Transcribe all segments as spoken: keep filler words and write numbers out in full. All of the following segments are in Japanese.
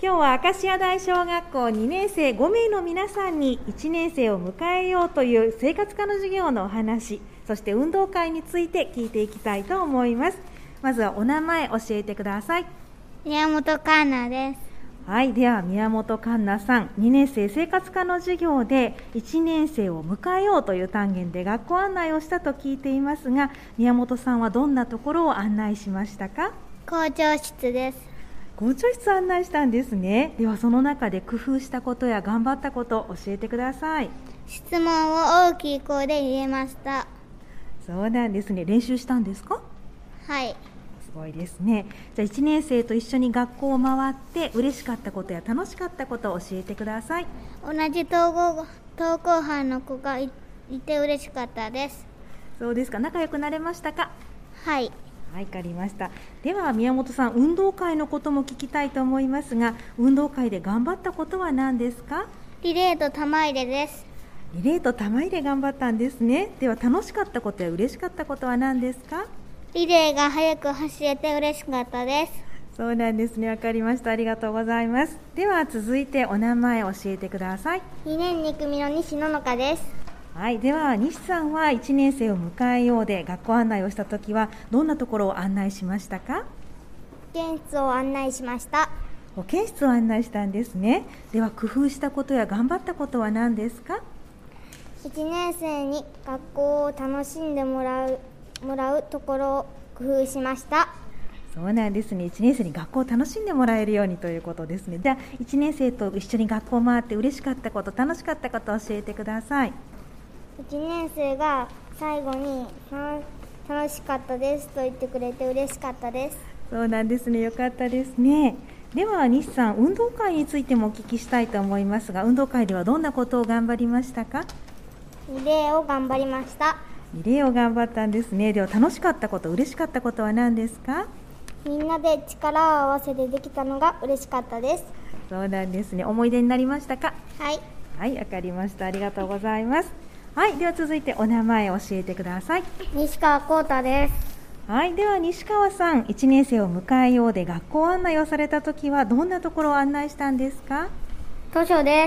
今日は明石屋大小学校にねん生ごめいの皆さんにいちねん生を迎えようという生活科の授業のお話、そして運動会について聞いていきたいと思います。まずはお名前教えてください。 宮本環奈です。 はい、では宮本環奈さん、にねん生生活科の授業でいちねん生を迎えようという単元で学校案内をしたと聞いていますが、宮本さんはどんなところを案内しましたか？ 校長室です。 校長室案内したんですね。ではその中で工夫したことや頑張ったことを教えてください。 質問を大きい声で言えました。 そうなんですね。練習したんですか？ はい。 すごいですね。じゃあいちねん生と一緒に学校を回って嬉しかったことや楽しかったことを教えてください。 同じ登校登校班の子が い, いて嬉しかったです。 そうですか。仲良くなれましたか？ はい。 はい、わかりました。では宮本さん、運動会のことも聞きたいと思いますが、運動会で頑張ったことは何ですか？ リレーと玉入れです。 リレーと玉入れ頑張ったんですね。では楽しかったことや嬉しかったことは何ですか？ リレーが速く走れて嬉しかったです。 そうなんですね。わかりました。ありがとうございます。では続いてお名前教えてください。 にねんに組の西野々香です。 はい、では西さんはいちねん生を迎えようで学校案内をしたときはどんなところを案内しましたか？ 保健室を案内しました。 保健室を案内したんですね。では工夫したことや頑張ったことは何ですか？ いちねん生に学校を楽しんでもらう、もらうところを工夫しました。 そうなんですね。いちねん生に学校を楽しんでもらえるようにということですね。じゃあいちねん生と一緒に学校を回って嬉しかったこと、楽しかったことを教えてください。 いちねん生が最後に楽しかったですと言ってくれて嬉しかったです。 そうなんですね。よかったですね。では西さん、運動会についてもお聞きしたいと思いますが、運動会ではどんなことを頑張りましたか？ リレーを頑張りました。 リレーを頑張ったんですね。では楽しかったこと、嬉しかったことは何ですか？ みんなで力を合わせてできたのが嬉しかったです。 そうなんですね。思い出になりましたか？ はい。 はい、わかりました。ありがとうございます。はい、では続いてお名前教えてください。 西川幸太です。 はい、では西川さん、いちねん生を迎えようで学校案内をされたときはどんなところを案内したんですか？ 図書です。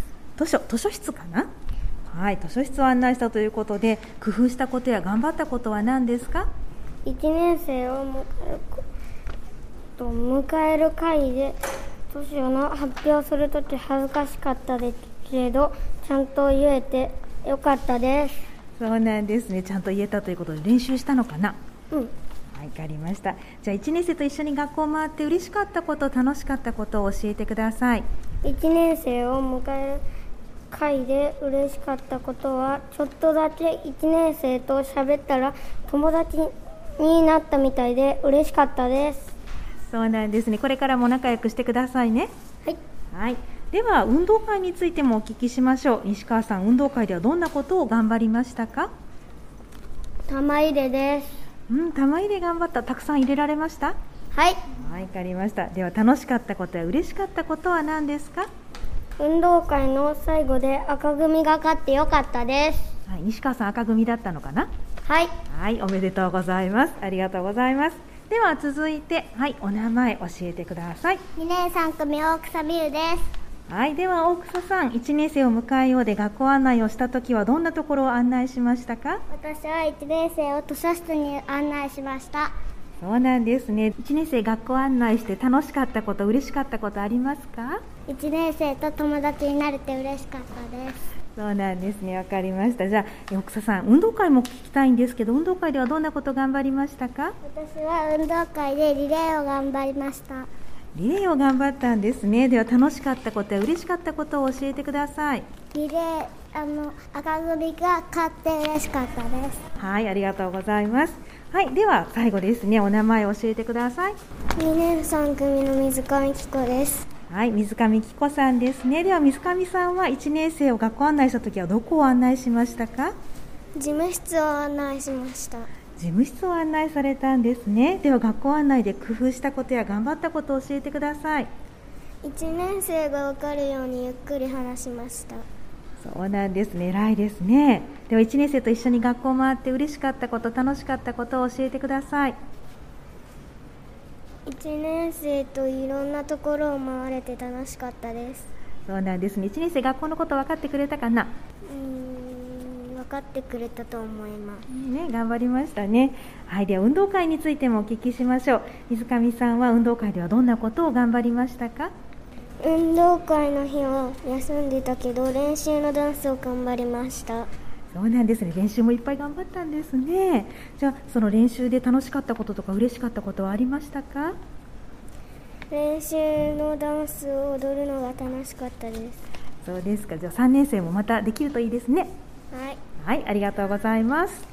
図書、図書室かな？はい、図書室を案内したということで、工夫したことや頑張ったことは何ですか？ いちねん生を迎えると迎える会で図書の発表するとき恥ずかしかったですけど、ちゃんと言えてよかったです。 そうなんですね。ちゃんと言えたということで練習したのかな？ うん。 はい、わかりました。じゃあいちねん生と一緒に学校を回って嬉しかったこと、楽しかったことを教えてください。 いちねん生を迎える会で嬉しかったことは、ちょっとだけいちねん生と喋ったら友達になったみたいで嬉しかったです。 そうなんですね。これからも仲良くしてくださいね。 はい。 はい。では運動会についてもお聞きしましょう。西川さん、運動会ではどんなことを頑張りましたか？ 玉入れです。 うん、玉入れ頑張った。たくさん入れられました？ はい。 はい、わかりました。では楽しかったことや嬉しかったことは何ですか？ 運動会の最後で赤組が勝ってよかったです。 はい、西川さん赤組だったのかな？ はい。 はい、おめでとうございます。ありがとうございます。では続いて、はい、お名前教えてください。 にねんさん組大草美優です。 はい、では大草さん、いちねん生を迎えようで学校案内をしたときはどんなところを案内しましたか？ 私はいちねん生を図書室に案内しました。 そうなんですね。いちねん生学校案内して楽しかったこと、嬉しかったことありますか？ いちねん生と友達になれて嬉しかったです。 そうなんですね。わかりました。じゃあ大草さん、運動会も聞きたいんですけど、運動会ではどんなこと頑張りましたか？ 私は運動会でリレーを頑張りました。 リレーを頑張ったんですね。では楽しかったことや嬉しかったことを教えてください。 リレー、あの赤組が勝って嬉しかったです。 はい、ありがとうございます。はい、では最後ですね、お名前を教えてください。 にねんさん組の水上希子です。 はい、水上希子さんですね。では水上さんはいちねん生を学校案内したときはどこを案内しましたか？ 事務室を案内しました。 事務室を案内されたんですね。では学校案内で工夫したことや頑張ったことを教えてください。 いちねん生が分かるようにゆっくり話しました。 そうなんですね。偉いですね。ではいちねん生と一緒に学校を回って嬉しかったこと、楽しかったことを教えてください。 いちねん生といろんなところを回れて楽しかったです。 そうなんですね。いちねん生、学校のこと分かってくれたかな？ うーん、分かってくれたと思います。 ね、頑張りましたね。はい、では運動会についてもお聞きしましょう。水上さんは運動会ではどんなことを頑張りましたか？ 運動会の日は休んでたけど練習のダンスを頑張りました。 そうなんですね。練習もいっぱい頑張ったんですね。じゃあその練習で楽しかったこととか嬉しかったことはありましたか？ 練習のダンスを踊るのが楽しかったです。 そうですか。じゃあさんねん生もまたできるといいですね。 はい。 はい、ありがとうございます。